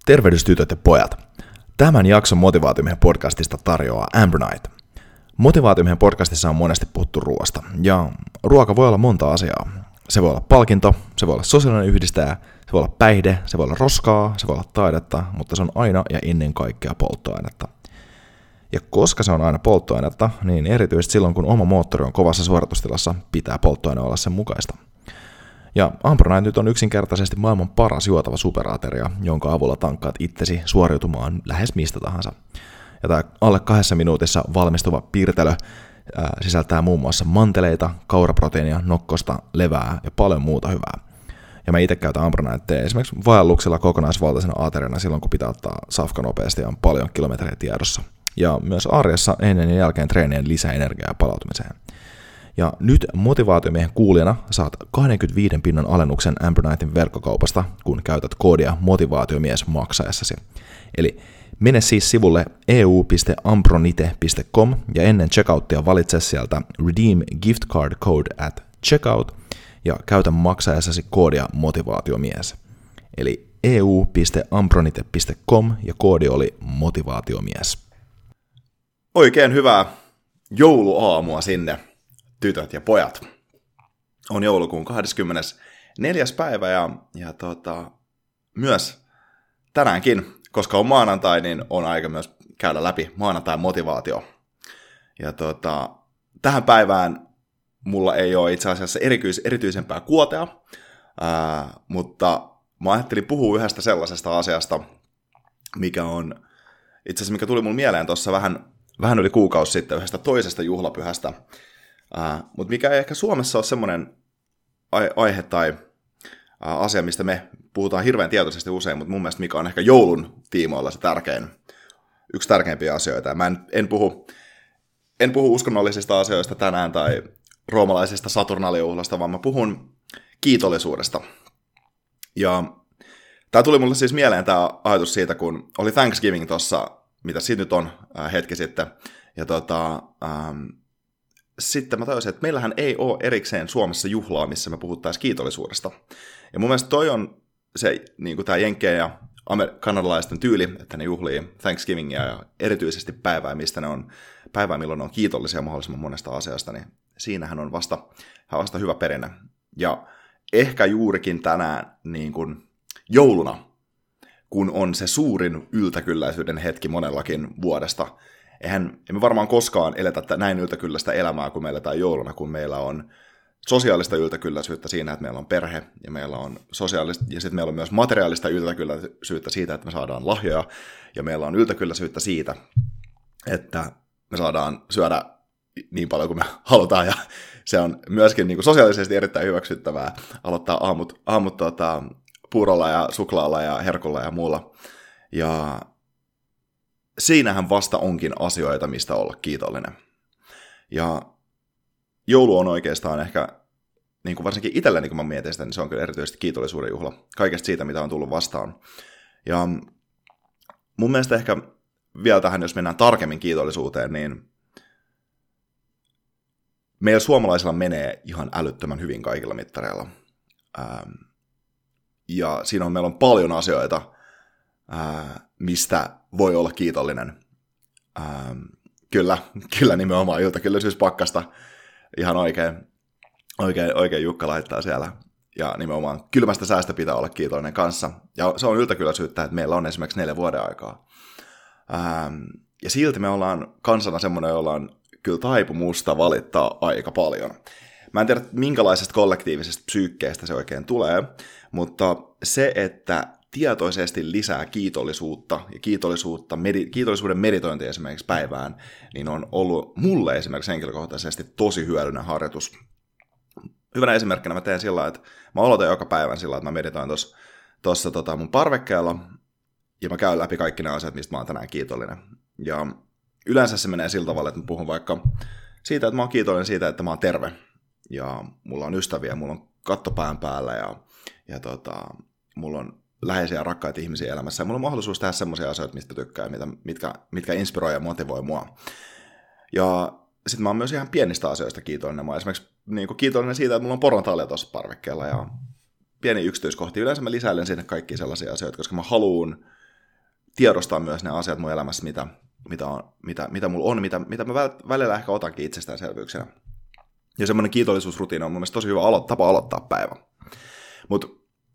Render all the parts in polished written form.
Tervehdys tytöt ja pojat. Tämän jakson Motivaatiomiehen podcastista tarjoaa Ambernight. Motivaatiomiehen podcastissa on monesti puhuttu ruoasta, ja ruoka voi olla monta asiaa. Se voi olla palkinto, se voi olla sosiaalinen yhdistäjä, se voi olla päihde, se voi olla roskaa, se voi olla taidetta, mutta se on aina ja ennen kaikkea polttoainetta. Ja koska se on aina polttoainetta, niin erityisesti silloin kun oma moottori on kovassa suoritustilassa, pitää polttoaine olla sen mukaista. Ja Ambernight nyt on yksinkertaisesti maailman paras juotava superateria, jonka avulla tankkaat itsesi suoriutumaan lähes mistä tahansa. Ja tämä alle 2 minuutissa valmistuva piirtelö sisältää muun muassa manteleita, kauraproteiinia, nokkosta, levää ja paljon muuta hyvää. Ja mä itse käytän Ambernightia esimerkiksi vaelluksella kokonaisvaltaisena ateriana silloin, kun pitää ottaa safka nopeasti ja on paljon kilometrejä tiedossa. Ja myös arjessa ennen ja jälkeen treenien lisäenergiaa palautumiseen. Ja nyt motivaatiomiehen kuulijana saat 25 pinnan alennuksen Ambernightin verkkokaupasta, kun käytät koodia motivaatiomies maksaessasi. Eli mene siis sivulle eu.ambronite.com ja ennen checkouttia valitse sieltä Redeem Gift Card Code at checkout ja käytä maksaessasi koodia motivaatiomies. Eli eu.ambronite.com ja koodi oli motivaatiomies. Oikein hyvää jouluaamua sinne, tytöt ja pojat. On joulukuun 24. päivä ja myös tänäänkin, koska on maanantai, niin on aika myös käydä läpi maanantain motivaatio. Ja tähän päivään mulla ei ole itse asiassa erityisempää kuotea, mutta mä ajattelin puhua yhdestä sellaisesta asiasta, mikä tuli mun mieleen tuossa vähän yli kuukausi sitten yhdestä toisesta juhlapyhästä, mutta mikä ei ehkä Suomessa ole semmoinen aihe tai asia, mistä me puhutaan hirveän tietoisesti usein, mutta mun mielestä mikä on ehkä joulun tiimoilla se yksi tärkeimpiä asioita. Ja mä en puhu uskonnollisista asioista tänään tai roomalaisesta Saturnalijuhlasta, vaan mä puhun kiitollisuudesta. Ja tää tuli mulle siis mieleen tää ajatus siitä, kun oli Thanksgiving tossa, mitä siitä nyt on hetki sitten, ja sitten mä tajusin, että meillähän ei ole erikseen Suomessa juhlaa, missä me puhuttaisiin kiitollisuudesta. Ja mun mielestä toi on se, niin kuin tää jenkkien ja kanadalaisten tyyli, että ne juhlii Thanksgivingia ja erityisesti päivää, milloin ne on kiitollisia mahdollisimman monesta asiasta, niin siinähän on vasta hyvä perinne. Ja ehkä juurikin tänään niin kuin jouluna, kun on se suurin yltäkylläisyyden hetki monellakin vuodesta. Emme varmaan koskaan eletä näin yltäkylläistä elämää, kun me eletään jouluna, kun meillä on sosiaalista yltäkylläisyyttä siinä, että meillä on perhe, ja meillä on sosiaalista, ja sitten meillä on myös materiaalista yltäkylläisyyttä siitä, että me saadaan lahjoja, ja meillä on yltäkylläisyyttä siitä, että me saadaan syödä niin paljon kuin me halutaan, ja se on myöskin niin kuin sosiaalisesti erittäin hyväksyttävää aloittaa aamut puurolla ja suklaalla ja herkulla ja muulla. Ja siinähän vasta onkin asioita, mistä olla kiitollinen. Ja joulu on oikeastaan ehkä, niin kuin varsinkin itselleni, kun mä mietin sitä, niin se on kyllä erityisesti kiitollisuuden juhla. Kaikesta siitä, mitä on tullut vastaan. Ja mun mielestä ehkä vielä tähän, jos mennään tarkemmin kiitollisuuteen, niin meillä suomalaisilla menee ihan älyttömän hyvin kaikilla mittareilla. Ja meillä on paljon asioita, mistä voi olla kiitollinen. Kyllä nimenomaan yltäkylläisyyspakkasta ihan oikein Jukka laittaa siellä. Ja nimenomaan kylmästä säästä pitää olla kiitollinen kanssa. Ja se on yltäkylläisyyttä, että meillä on esimerkiksi 4 vuoden aikaa. Ja silti me ollaan kansana semmoinen, jolla on kyllä taipumusta valittaa aika paljon. Mä en tiedä, minkälaisesta kollektiivisesta psyykkeestä se oikein tulee, mutta se, että tietoisesti lisää kiitollisuutta ja kiitollisuuden meditointi esimerkiksi päivään, niin on ollut mulle esimerkiksi henkilökohtaisesti tosi hyödyllinen harjoitus. Hyvänä esimerkkinä mä teen sillä, että mä aloitan joka päivän sillä, että mä meditoin tuossa mun parvekkeella ja mä käyn läpi kaikki ne asiat, mistä mä oon tänään kiitollinen. Ja yleensä se menee sillä tavalla, että mä puhun vaikka siitä, että mä oon kiitollinen siitä, että mä oon terve ja mulla on ystäviä, mulla on katto pään päällä ja mulla on läheisiä ja rakkaita ihmisiä elämässä. Ja mulla on mahdollisuus tehdä semmoisia asioita, mistä tykkää, mitkä inspiroi ja motivoi mua. Ja sitten mä oon myös ihan pienistä asioista kiitollinen. Mä oon esimerkiksi kiitollinen siitä, että mulla on porontalia tuossa parvekkeella ja pieni yksityiskohti. Yleensä mä lisäilen sinne kaikkia sellaisia asioita, koska mä haluun tiedostaa myös ne asiat mun elämässä, mitä mulla on, mitä mä välillä ehkä otankin itsestäänselvyyksenä. Ja semmoinen kiitollisuusrutiini on mun mielestä tosi hyvä tapa aloittaa päivä. Mutta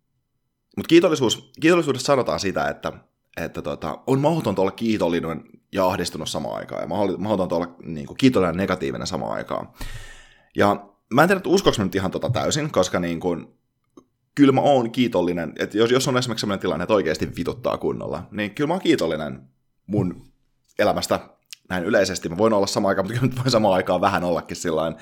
kiitollisuudessa sanotaan sitä, että on mahdotonta olla kiitollinen ja ahdistunut samaan aikaan, ja mahdotonta olla niin kuin, kiitollinen ja negatiivinen samaan aikaan. Ja mä en tiedä, että uskoks mä nyt ihan täysin, koska niin kuin, kyllä mä oon kiitollinen, että jos on esimerkiksi sellainen tilanne, että oikeasti vituttaa kunnolla, niin kyllä mä oon kiitollinen mun elämästä näin yleisesti. Mä voin olla samaan aikaan, mutta kyllä mä voin samaan aikaan vähän ollakin sillain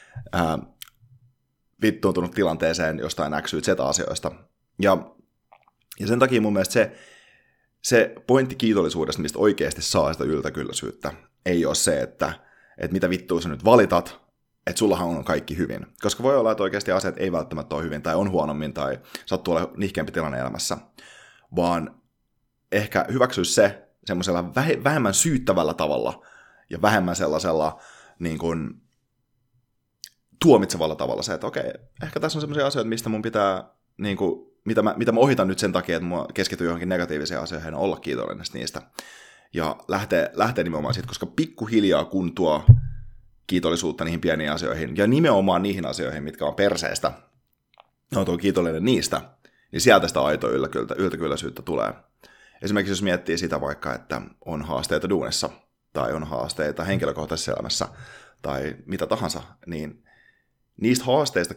vittuuntunut tilanteeseen jostain XYZ-asioista. Ja sen takia mun mielestä se pointti kiitollisuudesta, mistä oikeasti saa sitä yltäkylläisyyttä, ei ole se, että mitä vittua sä nyt valitat, että sullahan on kaikki hyvin. Koska voi olla, että oikeasti asiat ei välttämättä ole hyvin, tai on huonommin, tai sattuu olla nihkeämpi tilanne elämässä, vaan ehkä hyväksyä se semmoisella vähemmän syyttävällä tavalla, ja vähemmän sellaisella niin kuin, tuomitsevalla tavalla se, että okei, ehkä tässä on semmoisia asioita, mistä mun pitää, niin kuin, mitä mä ohitan nyt sen takia, että mä keskityn johonkin negatiivisiin asioihin ja olla kiitollinen niistä. Ja lähtee nimenomaan siitä, koska pikkuhiljaa kun tuo kiitollisuutta niihin pieniin asioihin, ja nimenomaan niihin asioihin, mitkä on perseestä, on kiitollinen niistä, niin sieltä sitä aitoa yltäkylläisyyttä tulee. Esimerkiksi jos miettii sitä vaikka, että on haasteita duunissa, tai on haasteita henkilökohtaisessa elämässä, tai mitä tahansa, niin niistä haasteista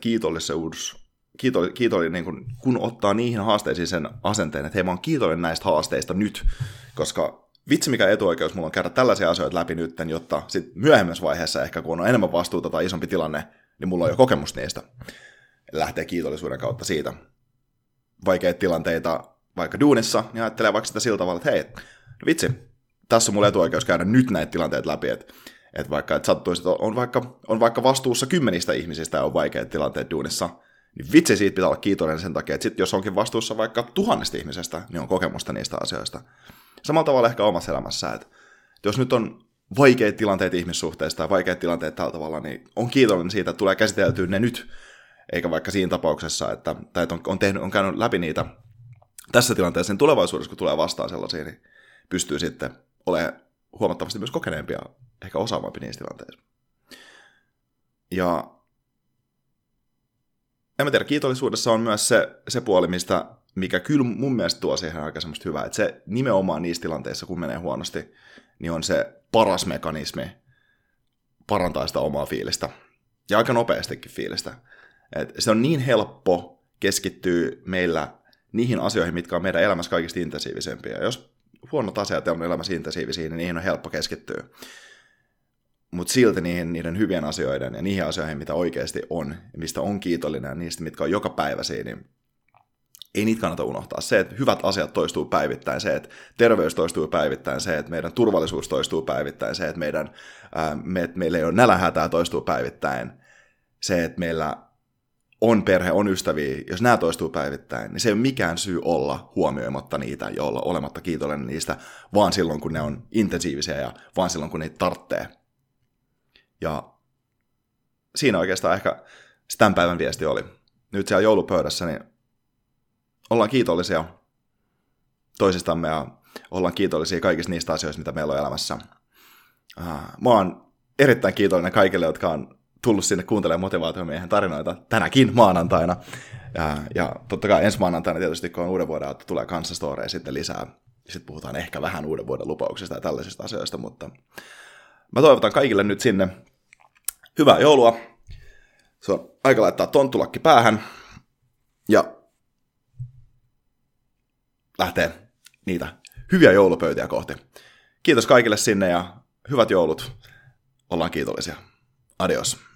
kiitollinen, niin kun ottaa niihin haasteisiin sen asenteen, että hei, mä oon kiitollinen näistä haasteista nyt, koska vitsi mikä etuoikeus mulla on käydä tällaisia asioita läpi nyt, jotta sitten myöhemmässä vaiheessa ehkä, kun on enemmän vastuuta tai isompi tilanne, niin mulla on jo kokemus niistä. Lähtee kiitollisuuden kautta siitä. Vaikeita tilanteita vaikka duunissa, niin ajattelee vaikka sitä sillä tavalla, että hei, no vitsi, tässä on mulla etuoikeus käydä nyt näitä tilanteita läpi, että vaikka että sattuisi, että on vaikka vastuussa 10 ihmisistä ja on vaikeat tilanteet duunissa, niin vitsi siitä pitää olla kiitollinen sen takia, että sit jos onkin vastuussa vaikka 1000 ihmisestä, niin on kokemusta niistä asioista. Samalla tavalla ehkä omassa elämässä, että jos nyt on vaikeat tilanteet ihmissuhteista tai vaikeat tilanteet tällä tavalla, niin on kiitollinen siitä, että tulee käsiteltyä ne nyt, eikä vaikka siinä tapauksessa, että on käynyt läpi niitä tässä tilanteessa, niin tulevaisuudessa, kun tulee vastaan sellaisia, niin pystyy sitten olemaan huomattavasti myös kokeneempi ja ehkä osaavampi niissä tilanteissa. Ja en mä tiedä, kiitollisuudessa on myös se puoli, mikä kyllä mun mielestä tuo siihen aika semmoista hyvää, että se nimenomaan niissä tilanteissa, kun menee huonosti, niin on se paras mekanismi parantaa sitä omaa fiilistä. Ja aika nopeastikin fiilistä. Et se on niin helppo keskittyä meillä niihin asioihin, mitkä on meidän elämässä kaikista intensiivisempiä. Ja jos huonot asiat on elämässä intensiivisiä, niin niihin on helppo keskittyä. Mutta silti niiden hyvien asioiden ja niihin asioihin, mitä oikeasti on, mistä on kiitollinen, ja niistä, mitkä on joka päiväisiä, niin ei niitä kannata unohtaa. Se, että hyvät asiat toistuu päivittäin, se, että terveys toistuu päivittäin, se, että meidän turvallisuus toistuu päivittäin, se, että meillä ei ole nälänhätää toistuu päivittäin, se, että meillä on perhe, on ystäviä, jos nämä toistuu päivittäin, niin se ei ole mikään syy olla huomioimatta niitä ja olla olematta kiitollinen niistä, vaan silloin, kun ne on intensiivisiä ja vaan silloin, kun niitä tarvitsee. Ja siinä oikeastaan ehkä tämän päivän viesti oli. Nyt siellä joulupöydässä, niin ollaan kiitollisia toisistamme ja ollaan kiitollisia kaikista niistä asioista, mitä meillä on elämässä. Mä oon erittäin kiitollinen kaikille, jotka on tullut sinne kuuntelemaan motivaatiomiehen tarinoita tänäkin maanantaina. Ja totta kai ensi maanantaina tietysti, kun on uuden vuoden aatto, tulee kanssastoreja sitten lisää. Sitten puhutaan ehkä vähän uuden vuoden lupauksista ja tällaisista asioista, mutta mä toivotan kaikille nyt sinne hyvää joulua. Se on aika laittaa tonttulakki päähän ja lähtee niitä hyviä joulupöytiä kohti. Kiitos kaikille sinne ja hyvät joulut. Ollaan kiitollisia. Adios.